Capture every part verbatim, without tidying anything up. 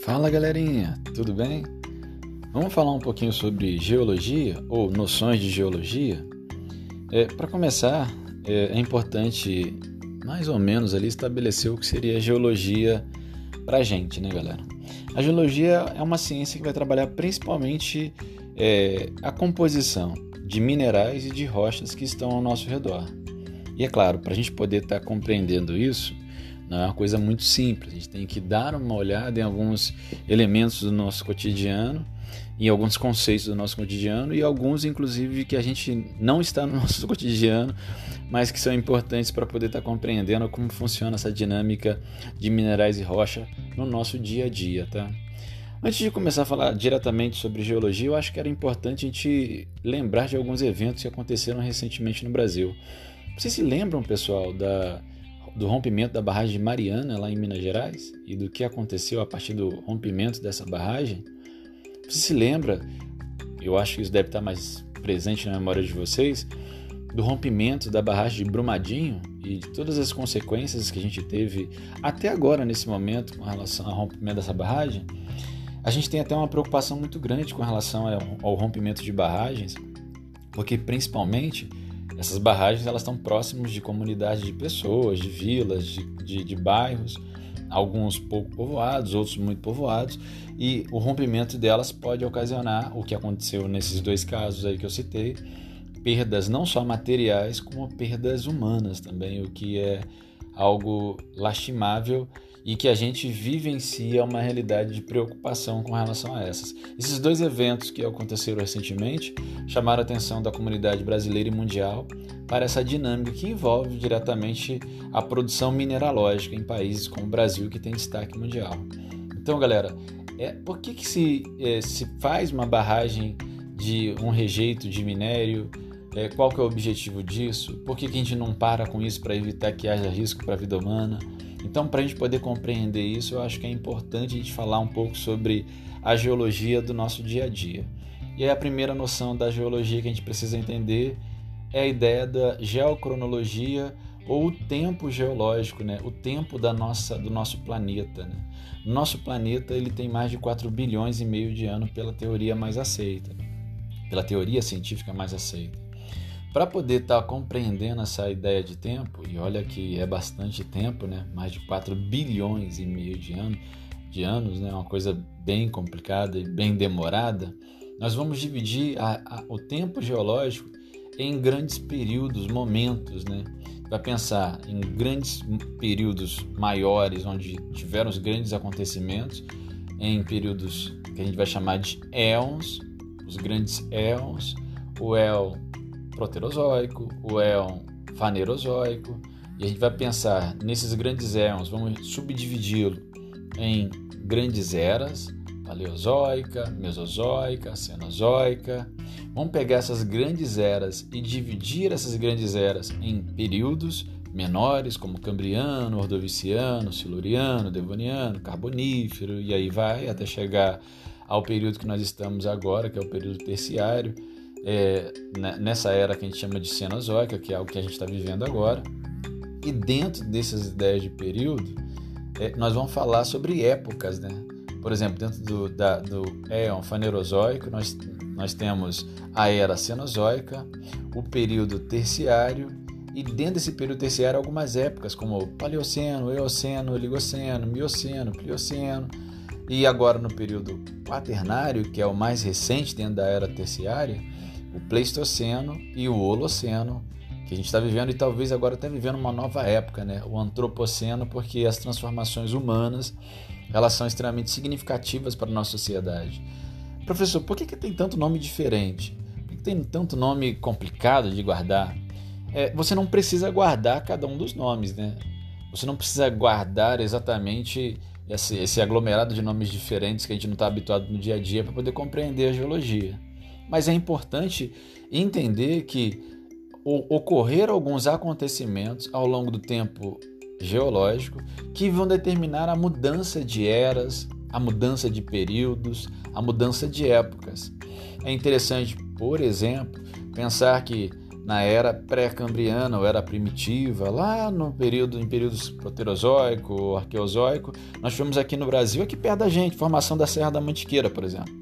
Fala galerinha, tudo bem? Vamos falar um pouquinho sobre geologia ou noções de geologia? É, Para começar, é, é importante mais ou menos ali estabelecer o que seria a geologia para a gente, né galera? A geologia é uma ciência que vai trabalhar principalmente é, a composição de minerais e de rochas que estão ao nosso redor. E é claro, para a gente poder estar tá compreendendo isso, não é uma coisa muito simples. A gente tem que dar uma olhada em alguns elementos do nosso cotidiano, em alguns conceitos do nosso cotidiano e alguns, inclusive, que a gente não está no nosso cotidiano, mas que são importantes para poder estar compreendendo como funciona essa dinâmica de minerais e rocha no nosso dia a dia, tá? Antes de começar a falar diretamente sobre geologia, eu acho que era importante a gente lembrar de alguns eventos que aconteceram recentemente no Brasil. Vocês se lembram, pessoal, da... do rompimento da barragem de Mariana, lá em Minas Gerais, e do que aconteceu a partir do rompimento dessa barragem? Você se lembra, eu acho que isso deve estar mais presente na memória de vocês, do rompimento da barragem de Brumadinho e de todas as consequências que a gente teve até agora, nesse momento, com relação ao rompimento dessa barragem? A gente tem até uma preocupação muito grande com relação ao rompimento de barragens, porque principalmente essas barragens elas estão próximas de comunidades de pessoas, de vilas, de, de, de bairros, alguns pouco povoados, outros muito povoados, e o rompimento delas pode ocasionar o que aconteceu nesses dois casos aí que eu citei, perdas não só materiais, como perdas humanas também, o que é algo lastimável e que a gente vivencia uma realidade de preocupação com relação a essas. Esses dois eventos que aconteceram recentemente chamaram a atenção da comunidade brasileira e mundial para essa dinâmica que envolve diretamente a produção mineralógica em países como o Brasil, que tem destaque mundial. Então, galera, é, por que, que se, é, se faz uma barragem de um rejeito de minério? É, qual que é o objetivo disso? Por que, que a gente não para com isso para evitar que haja risco para a vida humana? Então, para a gente poder compreender isso, eu acho que é importante a gente falar um pouco sobre a geologia do nosso dia a dia. E aí a primeira noção da geologia que a gente precisa entender é a ideia da geocronologia ou o tempo geológico, né? O tempo da nossa, do nosso planeta, né? Nosso planeta ele tem mais de quatro bilhões e meio de anos pela teoria mais aceita, pela teoria científica mais aceita. Para poder estar tá compreendendo essa ideia de tempo, e olha que é bastante tempo, né? Mais de quatro bilhões e meio de, ano, de anos, né? Uma coisa bem complicada e bem demorada, nós vamos dividir a, a, o tempo geológico em grandes períodos, momentos, né? Vai pensar em grandes períodos maiores, onde tiveram os grandes acontecimentos, em períodos que a gente vai chamar de éons, os grandes éons, o éon proterozoico, o éon fanerozoico, e a gente vai pensar nesses grandes éons, vamos subdividi-lo em grandes eras, paleozoica, mesozoica, cenozoica. Vamos pegar essas grandes eras e dividir essas grandes eras em períodos menores, como Cambriano, Ordoviciano, Siluriano, Devoniano, Carbonífero, e aí vai até chegar ao período que nós estamos agora, que é o período terciário, é, nessa era que a gente chama de Cenozoica, que é o que a gente está vivendo agora. E dentro dessas ideias de período, é, nós vamos falar sobre épocas, né? Por exemplo, dentro do, da, do éon fanerozoico, nós, nós temos a era Cenozoica, o período terciário, e dentro desse período terciário algumas épocas, como o Paleoceno, Eoceno, Oligoceno, Mioceno, Plioceno. E agora no período quaternário, que é o mais recente dentro da era terciária, o Pleistoceno e o Holoceno, que a gente está vivendo, e talvez agora até vivendo uma nova época, né? O Antropoceno, porque as transformações humanas elas são extremamente significativas para a nossa sociedade. Professor, por que, que tem tanto nome diferente? Por que tem tanto nome complicado de guardar? É, você não precisa guardar cada um dos nomes, né? Você não precisa guardar exatamente esse, esse aglomerado de nomes diferentes que a gente não está habituado no dia a dia para poder compreender a geologia. Mas é importante entender que ocorreram alguns acontecimentos ao longo do tempo geológico que vão determinar a mudança de eras, a mudança de períodos, a mudança de épocas. É interessante, por exemplo, pensar que na era pré-cambriana ou era primitiva, lá no período, em períodos proterozoico ou arqueozoico, nós tivemos aqui no Brasil, aqui perto da gente, formação da Serra da Mantiqueira, por exemplo.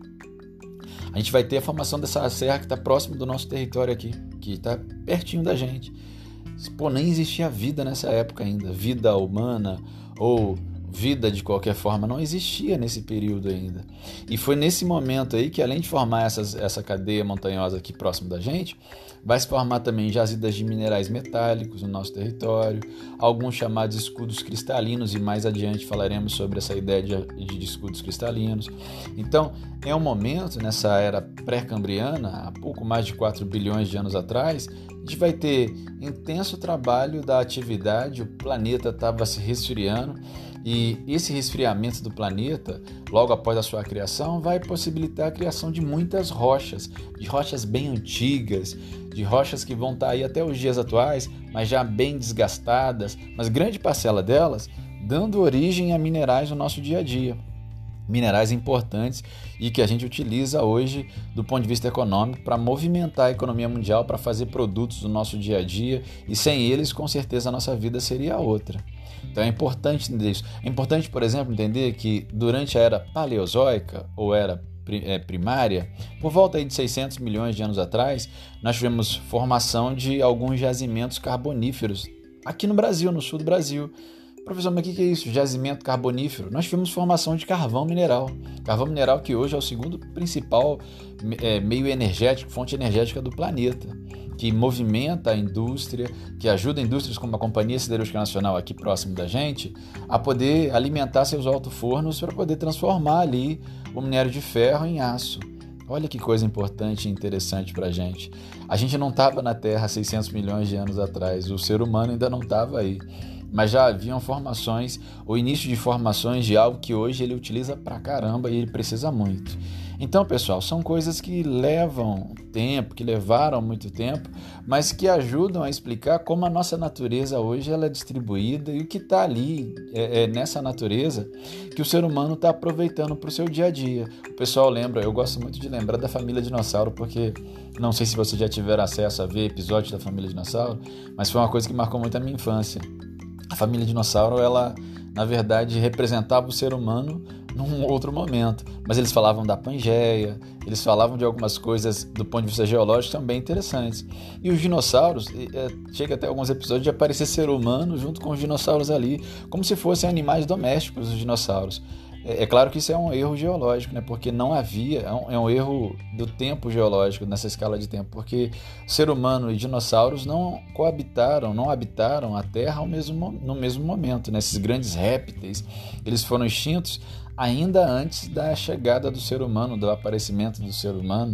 A gente vai ter a formação dessa serra que está próximo do nosso território aqui, que está pertinho da gente. Pô, nem existia vida nessa época ainda, vida humana ou vida de qualquer forma não existia nesse período ainda. E foi nesse momento aí que, além de formar essas, essa cadeia montanhosa aqui próximo da gente, vai se formar também jazidas de minerais metálicos no nosso território, alguns chamados escudos cristalinos, e mais adiante falaremos sobre essa ideia de, de escudos cristalinos. Então, é um momento, nessa era pré-cambriana, há pouco mais de quatro bilhões de anos atrás, a gente vai ter intenso trabalho da atividade, o planeta estava se resfriando, e esse resfriamento do planeta, logo após a sua criação, vai possibilitar a criação de muitas rochas, de rochas bem antigas, de rochas que vão estar aí até os dias atuais, mas já bem desgastadas, mas grande parcela delas dando origem a minerais no nosso dia a dia. Minerais importantes e que a gente utiliza hoje do ponto de vista econômico para movimentar a economia mundial, para fazer produtos do nosso dia a dia, e sem eles, com certeza, a nossa vida seria outra. Então é importante entender isso. É importante, por exemplo, entender que durante a era paleozoica ou era primária, por volta aí de seiscentos milhões de anos atrás, nós tivemos formação de alguns jazimentos carboníferos aqui no Brasil, no sul do Brasil. Professor, mas o que é isso? Jazimento carbonífero? Nós tivemos formação de carvão mineral. Carvão mineral que hoje é o segundo principal é, meio energético, fonte energética do planeta, que movimenta a indústria, que ajuda indústrias como a Companhia Siderúrgica Nacional aqui próximo da gente, a poder alimentar seus alto-fornos para poder transformar ali o minério de ferro em aço. Olha que coisa importante e interessante para a gente. A gente não estava na Terra há seiscentos milhões de anos atrás, o ser humano ainda não estava aí. Mas já haviam formações, o início de formações de algo que hoje ele utiliza pra caramba e ele precisa muito. Então, pessoal, são coisas que levam tempo, que levaram muito tempo, mas que ajudam a explicar como a nossa natureza hoje ela é distribuída e o que está ali é, é nessa natureza que o ser humano está aproveitando para o seu dia a dia. O pessoal lembra, eu gosto muito de lembrar da família dinossauro, porque não sei se vocês já tiveram acesso a ver episódios da família dinossauro, mas foi uma coisa que marcou muito a minha infância. A família dinossauro, ela, na verdade, representava o ser humano num outro momento. Mas eles falavam da Pangeia, eles falavam de algumas coisas do ponto de vista geológico também interessantes. E os dinossauros, é, chega até alguns episódios de aparecer ser humano junto com os dinossauros ali, como se fossem animais domésticos, os dinossauros. É, é claro que isso é um erro geológico, né? Porque não havia, é um, é um erro do tempo geológico, nessa escala de tempo, porque ser humano e dinossauros não coabitaram, não habitaram a Terra ao mesmo, no mesmo momento, né? Esses grandes répteis, eles foram extintos ainda antes da chegada do ser humano, do aparecimento do ser humano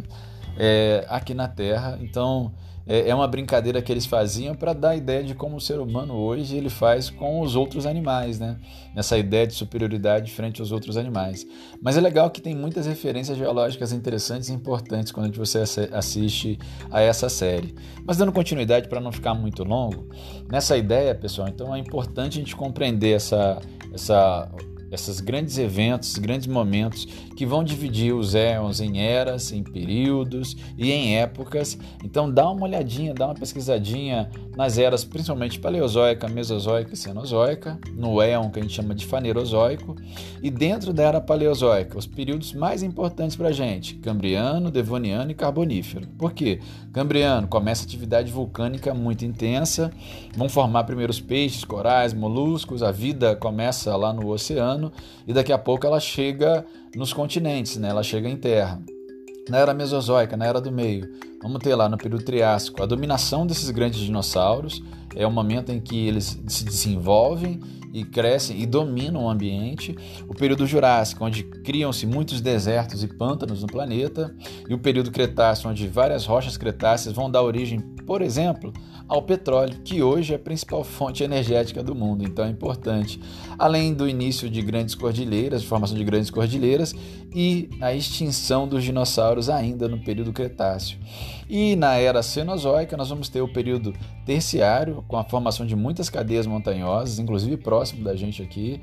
é, aqui na Terra. Então, é uma brincadeira que eles faziam para dar a ideia de como o ser humano hoje ele faz com os outros animais, né? Nessa ideia de superioridade frente aos outros animais. Mas é legal que tem muitas referências geológicas interessantes e importantes quando você assiste a essa série. Mas dando continuidade para não ficar muito longo, nessa ideia, pessoal, então é importante a gente compreender essa... essa esses grandes eventos, grandes momentos que vão dividir os éons em eras, em períodos e em épocas. Então dá uma olhadinha, dá uma pesquisadinha nas eras, principalmente paleozoica, mesozoica e cenozoica, no éon que a gente chama de fanerozoico, e dentro da era paleozoica, os períodos mais importantes para a gente, cambriano, devoniano e carbonífero. Por quê? Cambriano, começa a atividade vulcânica muito intensa, vão formar primeiro os peixes, corais, moluscos, a vida começa lá no oceano, e daqui a pouco ela chega nos continentes, né? Ela chega em terra. Na era mesozoica, na era do meio, vamos ter lá no período Triássico a dominação desses grandes dinossauros, é o momento em que eles se desenvolvem e crescem e dominam o ambiente. O período Jurássico, onde criam-se muitos desertos e pântanos no planeta, e o período Cretáceo, onde várias rochas cretáceas vão dar origem, por exemplo, ao petróleo, que hoje é a principal fonte energética do mundo, então é importante. Além do início de grandes cordilheiras, de formação de grandes cordilheiras, e a extinção dos dinossauros ainda no período Cretáceo. E na era Cenozoica nós vamos ter o período Terciário, com a formação de muitas cadeias montanhosas, inclusive próximo da gente aqui,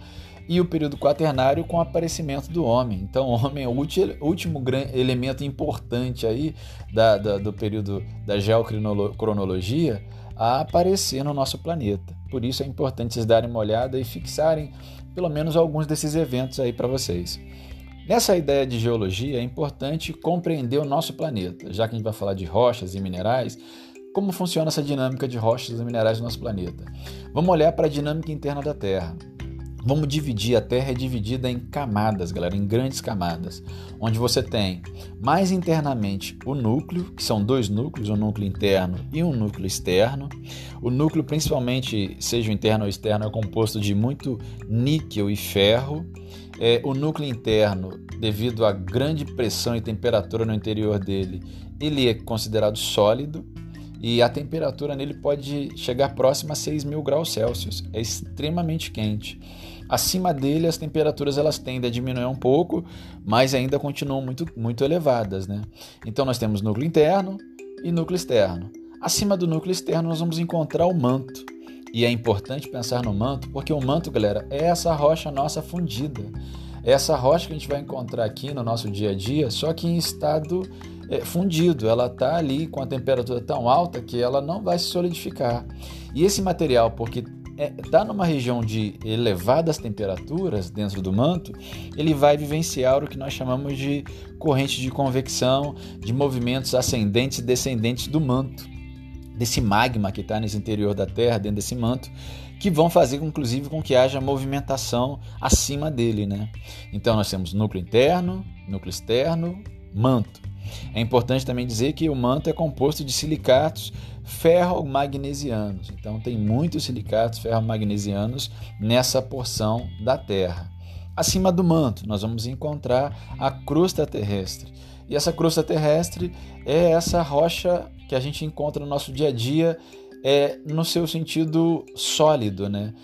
e o período quaternário com o aparecimento do homem. Então, o homem é o último elemento importante aí da, da, do período da geocronologia a aparecer no nosso planeta. Por isso é importante vocês darem uma olhada e fixarem pelo menos alguns desses eventos aí para vocês. Nessa ideia de geologia, é importante compreender o nosso planeta, já que a gente vai falar de rochas e minerais, como funciona essa dinâmica de rochas e minerais no nosso planeta. Vamos olhar para a dinâmica interna da Terra. Vamos dividir, a Terra é dividida em camadas, galera, em grandes camadas, onde você tem mais internamente o núcleo, que são dois núcleos, um núcleo interno e um núcleo externo. O núcleo, principalmente, seja o interno ou externo, é composto de muito níquel e ferro. É, o núcleo interno, devido à grande pressão e temperatura no interior dele, ele é considerado sólido. E a temperatura nele pode chegar próxima a seis mil graus Celsius. É extremamente quente. Acima dele, as temperaturas elas tendem a diminuir um pouco, mas ainda continuam muito, muito elevadas, né? Então, nós temos núcleo interno e núcleo externo. Acima do núcleo externo, nós vamos encontrar o manto. E é importante pensar no manto, porque o manto, galera, é essa rocha nossa fundida. É essa rocha que a gente vai encontrar aqui no nosso dia a dia, só que em estado é, fundido. Ela está ali com a temperatura tão alta que ela não vai se solidificar. E esse material, porque está numa região de elevadas temperaturas dentro do manto, ele vai vivenciar o que nós chamamos de corrente de convecção, de movimentos ascendentes e descendentes do manto, desse magma que está nesse interior da Terra, dentro desse manto, que vão fazer, inclusive, com que haja movimentação acima dele, né? Então, nós temos núcleo interno, núcleo externo, manto. É importante também dizer que o manto é composto de silicatos ferro-magnesianos. Então, tem muitos silicatos ferro-magnesianos nessa porção da Terra. Acima do manto, nós vamos encontrar a crosta terrestre. E essa crosta terrestre é essa rocha que a gente encontra no nosso dia a dia, é, no seu sentido sólido, né?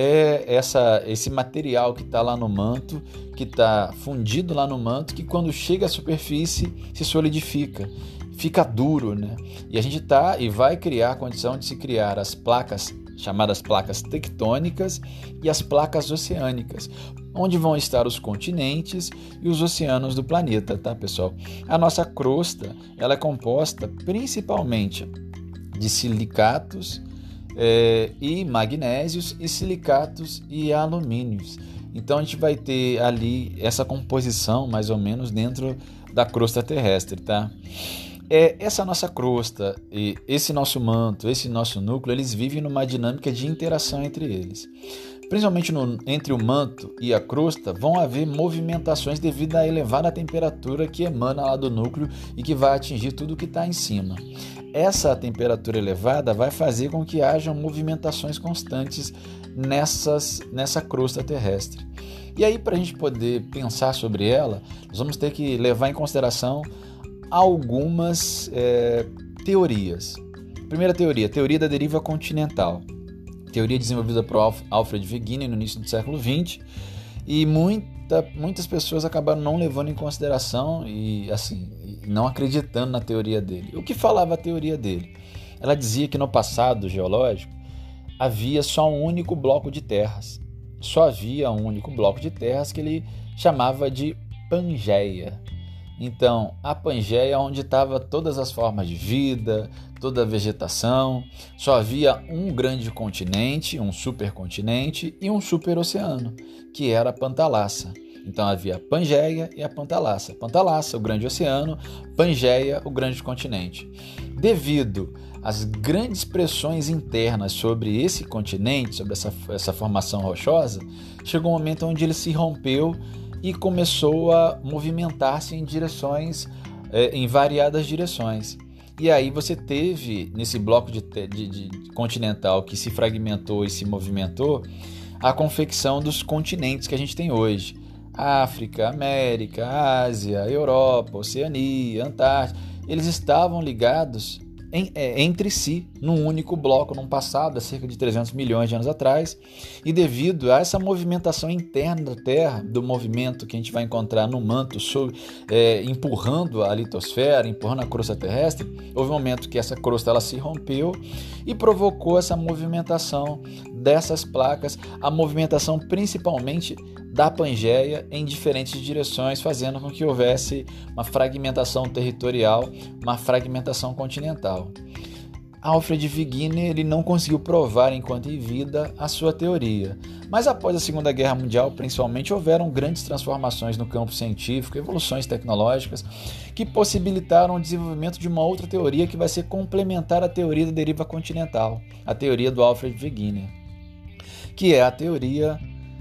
É essa, esse material que está lá no manto, que está fundido lá no manto, que quando chega à superfície se solidifica, fica duro, né? E a gente tá e vai criar a condição de se criar as placas, chamadas placas tectônicas, e as placas oceânicas, onde vão estar os continentes e os oceanos do planeta, tá, pessoal? A nossa crosta, ela é composta principalmente de silicatos é, e magnésios, e silicatos e alumínios. Então a gente vai ter ali essa composição mais ou menos dentro da crosta terrestre, tá? É, essa nossa crosta, e esse nosso manto, esse nosso núcleo, eles vivem numa dinâmica de interação entre eles. Principalmente no, entre o manto e a crosta, vão haver movimentações devido à elevada temperatura que emana lá do núcleo e que vai atingir tudo que está em cima. Essa temperatura elevada vai fazer com que hajam movimentações constantes nessas, nessa crosta terrestre. E aí, para a gente poder pensar sobre ela, nós vamos ter que levar em consideração algumas é, teorias. Primeira teoria, teoria da deriva continental. Teoria desenvolvida por Alfred Wegener no início do século vinte, e muita, muitas pessoas acabaram não levando em consideração e assim, não acreditando na teoria dele. O que falava a teoria dele? Ela dizia que no passado geológico havia só um único bloco de terras. Só havia um único bloco de terras que ele chamava de Pangeia. Então, a Pangeia é onde estava todas as formas de vida, toda a vegetação. Só havia um grande continente, um supercontinente e um superoceano, que era a Pantalassa. Então havia a Pangeia e a Pantalassa. Pantalassa, o grande oceano, Pangeia, o grande continente. Devido às grandes pressões internas sobre esse continente, sobre essa, essa formação rochosa, chegou um momento onde ele se rompeu e começou a movimentar-se em direções, é, em variadas direções. E aí você teve, nesse bloco de, de, de continental que se fragmentou e se movimentou, a confecção dos continentes que a gente tem hoje. África, América, Ásia, Europa, Oceania, Antártida. Eles estavam ligados em, é, entre si, num único bloco, num passado, há cerca de trezentos milhões de anos atrás, e devido a essa movimentação interna da Terra, do movimento que a gente vai encontrar no manto, sobre, é, empurrando a litosfera, empurrando a crosta terrestre, houve um momento que essa crosta ela se rompeu e provocou essa movimentação dessas placas, a movimentação principalmente da Pangeia em diferentes direções, fazendo com que houvesse uma fragmentação territorial, uma fragmentação continental. Alfred Wegener ele não conseguiu provar enquanto em vida a sua teoria, mas após a Segunda Guerra Mundial, principalmente, houveram grandes transformações no campo científico, evoluções tecnológicas, que possibilitaram o desenvolvimento de uma outra teoria que vai ser complementar à teoria da deriva continental, a teoria do Alfred Wegener, que é a teoria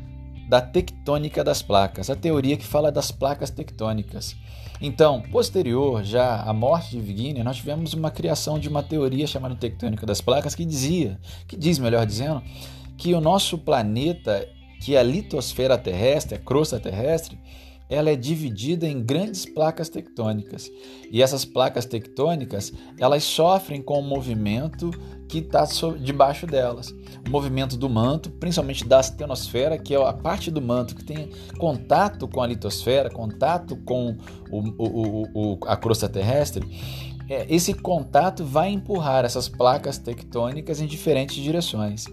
da tectônica das placas, a teoria que fala das placas tectônicas. Então, posterior já à morte de Wegener, nós tivemos uma criação de uma teoria chamada tectônica das placas que dizia, que diz, melhor dizendo, que o nosso planeta, que é a litosfera terrestre, a crosta terrestre, ela é dividida em grandes placas tectônicas. E essas placas tectônicas, elas sofrem com o movimento que está debaixo delas. O movimento do manto, principalmente da astenosfera, que é a parte do manto que tem contato com a litosfera, contato com o, o, o, a crosta terrestre. Esse contato vai empurrar essas placas tectônicas em diferentes direções.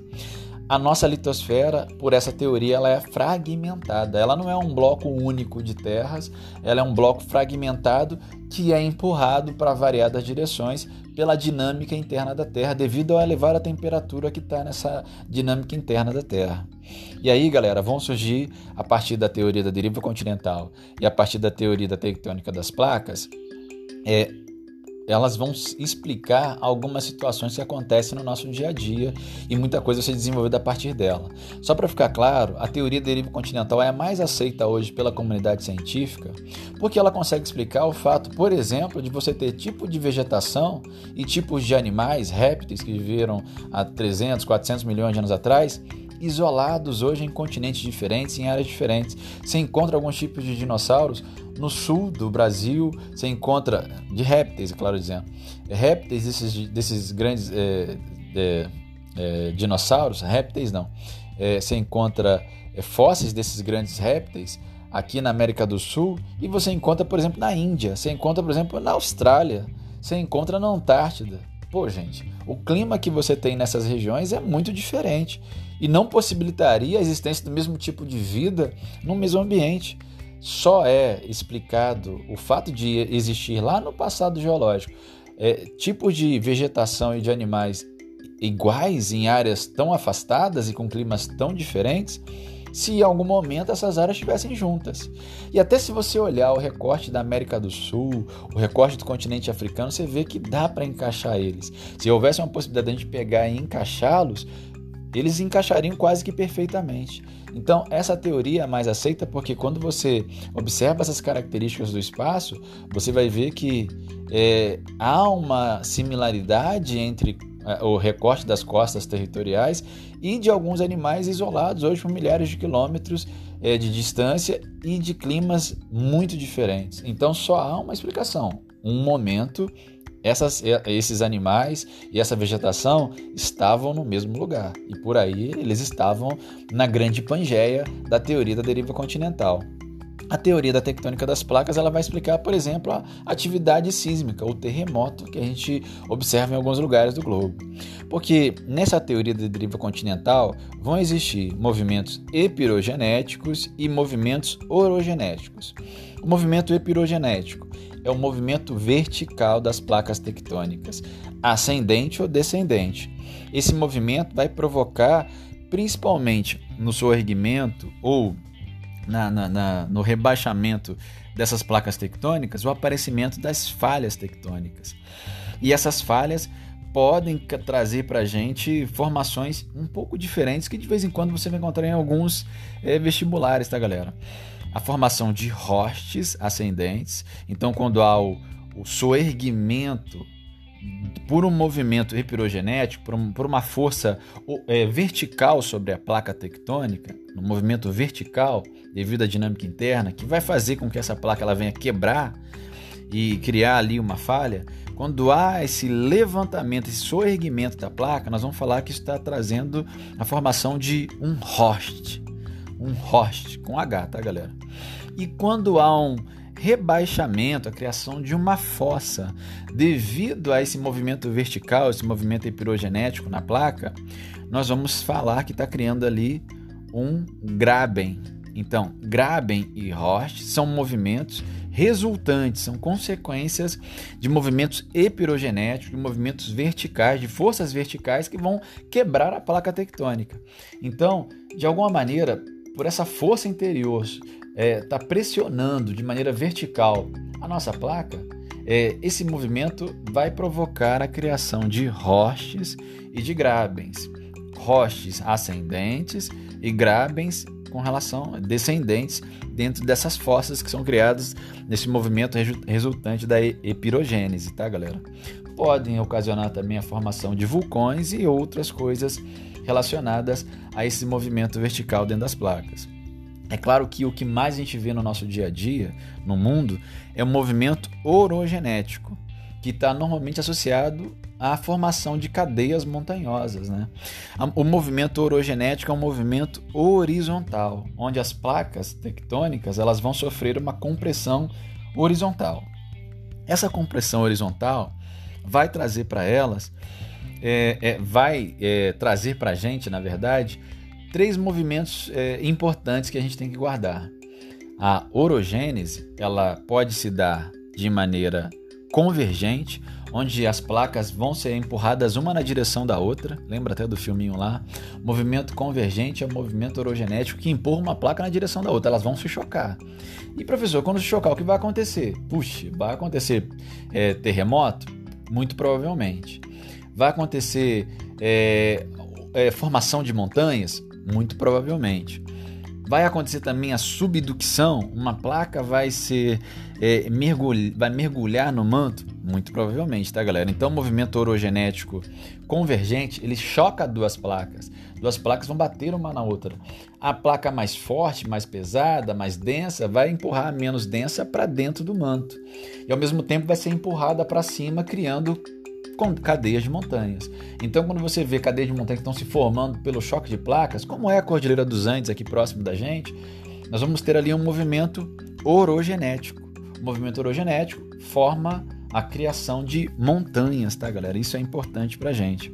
A nossa litosfera, por essa teoria, ela é fragmentada. Ela não é um bloco único de terras, ela é um bloco fragmentado que é empurrado para variadas direções pela dinâmica interna da Terra, devido à elevada temperatura que está nessa dinâmica interna da Terra. E aí, galera, vão surgir, a partir da teoria da deriva continental e a partir da teoria da tectônica das placas, é, elas vão explicar algumas situações que acontecem no nosso dia a dia e muita coisa vai ser desenvolvida a partir dela. Só para ficar claro, a teoria da deriva continental é a mais aceita hoje pela comunidade científica porque ela consegue explicar o fato, por exemplo, de você ter tipo de vegetação e tipos de animais, répteis que viveram há trezentos, quatrocentos milhões de anos atrás, isolados hoje em continentes diferentes, em áreas diferentes. Você encontra alguns tipos de dinossauros no sul do Brasil, você encontra, de répteis, é claro dizendo, répteis desses, desses grandes é, é, é, dinossauros, répteis não, é, você encontra é, fósseis desses grandes répteis aqui na América do Sul e você encontra, por exemplo, na Índia, você encontra, por exemplo, na Austrália, você encontra na Antártida. Pô, gente, o clima que você tem nessas regiões é muito diferente e não possibilitaria a existência do mesmo tipo de vida no mesmo ambiente. Só é explicado o fato de existir lá no passado geológico é, tipos de vegetação e de animais iguais em áreas tão afastadas e com climas tão diferentes, se em algum momento essas áreas estivessem juntas. E até se você olhar o recorte da América do Sul, o recorte do continente africano, você vê que dá para encaixar eles. Se houvesse uma possibilidade de a gente pegar e encaixá-los, eles encaixariam quase que perfeitamente. Então, essa teoria é mais aceita porque quando você observa essas características do espaço, você vai ver que é, há uma similaridade entre o recorte das costas territoriais e de alguns animais isolados hoje por milhares de quilômetros é, de distância e de climas muito diferentes. Então só há uma explicação. Um momento, essas, esses animais e essa vegetação estavam no mesmo lugar e por aí eles estavam na grande Pangeia da teoria da deriva continental. A teoria da tectônica das placas ela vai explicar, por exemplo, a atividade sísmica, o terremoto que a gente observa em alguns lugares do globo. Porque nessa teoria da deriva continental vão existir movimentos epirogenéticos e movimentos orogenéticos. O movimento epirogenético é o movimento vertical das placas tectônicas, ascendente ou descendente. Esse movimento vai provocar, principalmente no soerguimento ou Na, na, na, no rebaixamento dessas placas tectônicas, o aparecimento das falhas tectônicas. E essas falhas podem trazer para a gente formações um pouco diferentes que de vez em quando você vai encontrar em alguns é, vestibulares, tá, galera? A formação de rostes ascendentes. Então, quando há o, o soerguimento por um movimento epirogenético, por, um, por uma força é, vertical sobre a placa tectônica, um movimento vertical devido à dinâmica interna, que vai fazer com que essa placa ela venha quebrar e criar ali uma falha. Quando há esse levantamento, esse soerguimento da placa, nós vamos falar que isso está trazendo a formação de um host, um host com H, tá, galera? E quando há um rebaixamento, a criação de uma fossa devido a esse movimento vertical, esse movimento epirogenético na placa, nós vamos falar que está criando ali um Graben. Então, Graben e host são movimentos resultantes, são consequências de movimentos epirogenéticos, de movimentos verticais, de forças verticais que vão quebrar a placa tectônica. Então, de alguma maneira, por essa força interior está é, pressionando de maneira vertical a nossa placa, é, esse movimento vai provocar a criação de hosts e de grabens. Hosts ascendentes e grabens com relação a descendentes dentro dessas fossas que são criadas nesse movimento resultante da epirogênese, tá, galera? Podem ocasionar também a formação de vulcões e outras coisas relacionadas a esse movimento vertical dentro das placas. É claro que o que mais a gente vê no nosso dia a dia, no mundo, é o movimento orogenético, que está normalmente associado à formação de cadeias montanhosas, né? O movimento orogenético é um movimento horizontal, onde as placas tectônicas elas vão sofrer uma compressão horizontal. Essa compressão horizontal vai trazer para elas, é, é, vai é, trazer para a gente, na verdade, três movimentos é, importantes que a gente tem que guardar. A orogênese, ela pode se dar de maneira convergente, onde as placas vão ser empurradas uma na direção da outra. Lembra até do filminho lá? O movimento convergente é o movimento orogenético que empurra uma placa na direção da outra. Elas vão se chocar. E, professor, quando se chocar, o que vai acontecer? Puxa, vai acontecer é, terremoto? Muito provavelmente. Vai acontecer é, é, formação de montanhas? Muito provavelmente. Vai acontecer também a subducção, uma placa vai ser é, mergulh... vai mergulhar no manto? Muito provavelmente, tá, galera? Então o movimento orogenético convergente, ele choca duas placas. Duas placas vão bater uma na outra. A placa mais forte, mais pesada, mais densa, vai empurrar a menos densa para dentro do manto. E ao mesmo tempo vai ser empurrada para cima, criando com cadeias de montanhas. Então, quando você vê cadeias de montanhas que estão se formando pelo choque de placas, como é a Cordilheira dos Andes aqui próximo da gente, nós vamos ter ali um movimento orogenético. O movimento orogenético forma a criação de montanhas, tá, galera? Isso é importante pra gente.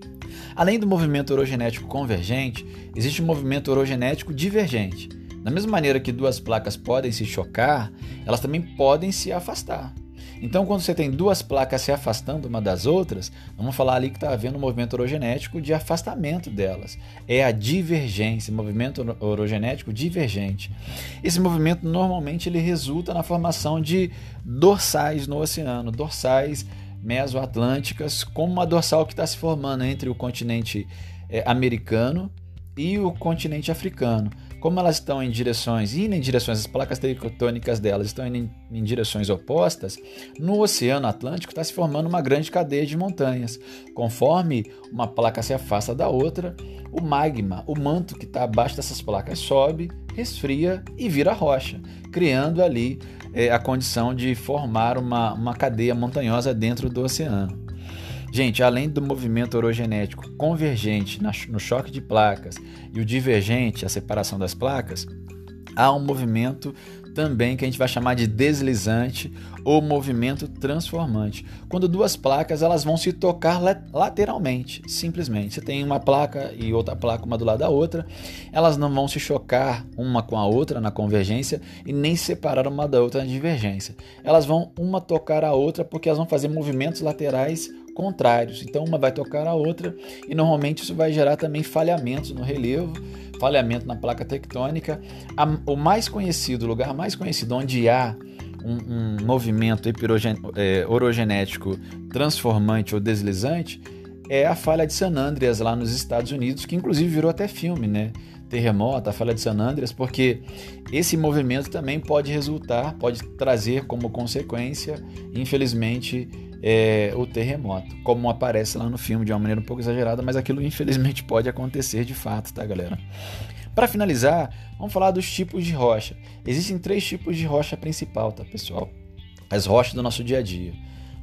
Além do movimento orogenético convergente, existe um movimento orogenético divergente. Da mesma maneira que duas placas podem se chocar, elas também podem se afastar. Então, quando você tem duas placas se afastando uma das outras, vamos falar ali que está havendo um movimento orogenético de afastamento delas. É a divergência, movimento orogenético divergente. Esse movimento, normalmente, ele resulta na formação de dorsais no oceano, dorsais mesoatlânticas, como uma dorsal que está se formando entre o continente é, americano e o continente africano. Como elas estão em direções, indo em direções, as placas tectônicas delas estão indo em, em direções opostas, no Oceano Atlântico está se formando uma grande cadeia de montanhas. Conforme uma placa se afasta da outra, o magma, o manto que está abaixo dessas placas sobe, resfria e vira rocha, criando ali é, a condição de formar uma, uma cadeia montanhosa dentro do oceano. Gente, além do movimento orogenético convergente no choque de placas e o divergente, a separação das placas, há um movimento também que a gente vai chamar de deslizante ou movimento transformante. Quando duas placas elas vão se tocar lateralmente, simplesmente. Você tem uma placa e outra placa uma do lado da outra, elas não vão se chocar uma com a outra na convergência e nem se separar uma da outra na divergência. Elas vão uma tocar a outra porque elas vão fazer movimentos laterais contrários. Então uma vai tocar a outra e normalmente isso vai gerar também falhamentos no relevo, falhamento na placa tectônica. O mais conhecido, o lugar mais conhecido onde há um, um movimento epirogen, é, orogenético transformante ou deslizante é a falha de San Andreas lá nos Estados Unidos, que inclusive virou até filme, né? Terremoto, a falha de San Andreas, porque esse movimento também pode resultar, pode trazer como consequência, infelizmente, é, o terremoto, como aparece lá no filme de uma maneira um pouco exagerada, mas aquilo infelizmente pode acontecer de fato, tá, galera? Para finalizar, vamos falar dos tipos de rocha. Existem três tipos de rocha principal, tá, pessoal? As rochas do nosso dia a dia.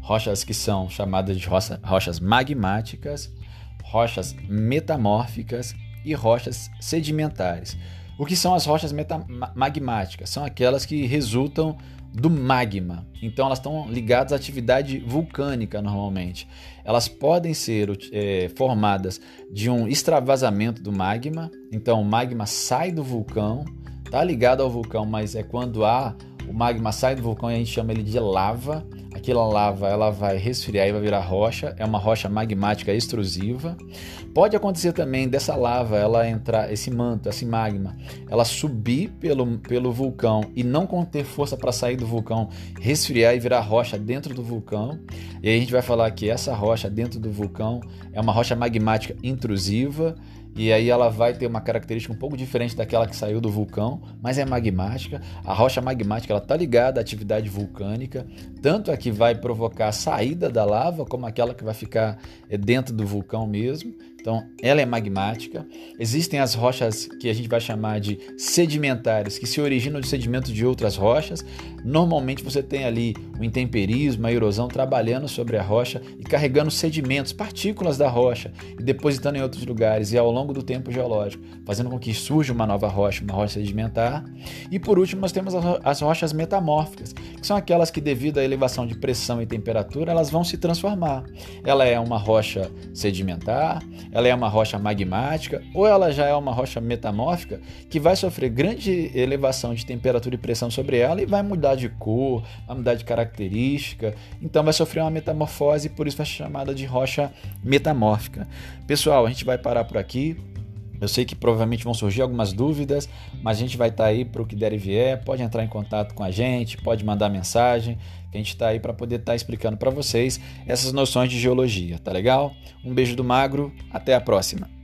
rochas que são chamadas de rocha, rochas magmáticas, rochas metamórficas e rochas sedimentares. O que são as rochas meta- magmáticas? São aquelas que resultam do magma. Então elas estão ligadas à atividade vulcânica normalmente. Elas podem ser é, formadas de um extravasamento do magma. Então o magma sai do vulcão, está ligado ao vulcão, mas é quando há o magma sai do vulcão e a gente chama ele de lava. Aquela lava ela vai resfriar e vai virar rocha, é uma rocha magmática extrusiva. Pode acontecer também dessa lava, ela entrar, esse manto, esse magma, ela subir pelo, pelo vulcão e não conter força para sair do vulcão, resfriar e virar rocha dentro do vulcão. E aí a gente vai falar que essa rocha dentro do vulcão é uma rocha magmática intrusiva. E aí ela vai ter uma característica um pouco diferente daquela que saiu do vulcão, mas é magmática. A rocha magmática está ligada à atividade vulcânica, tanto a que vai provocar a saída da lava, como aquela que vai ficar dentro do vulcão mesmo. Então, ela é magmática. Existem as rochas que a gente vai chamar de sedimentares, que se originam de sedimentos de outras rochas. Normalmente você tem ali o intemperismo, a erosão trabalhando sobre a rocha e carregando sedimentos, partículas da rocha e depositando em outros lugares e ao longo do tempo geológico, fazendo com que surja uma nova rocha, uma rocha sedimentar. E por último, nós temos as rochas metamórficas, que são aquelas que devido à elevação de pressão e temperatura, elas vão se transformar. Ela é uma rocha sedimentar, ela é uma rocha magmática ou ela já é uma rocha metamórfica que vai sofrer grande elevação de temperatura e pressão sobre ela e vai mudar de cor, vai mudar de característica, então vai sofrer uma metamorfose e por isso vai ser chamada de rocha metamórfica. Pessoal, a gente vai parar por aqui. Eu sei que provavelmente vão surgir algumas dúvidas, mas a gente vai estar aí para o que der e vier. Pode entrar em contato com a gente, pode mandar mensagem, que a gente está aí para poder estar explicando para vocês essas noções de geologia, tá legal? Um beijo do Magro, até a próxima!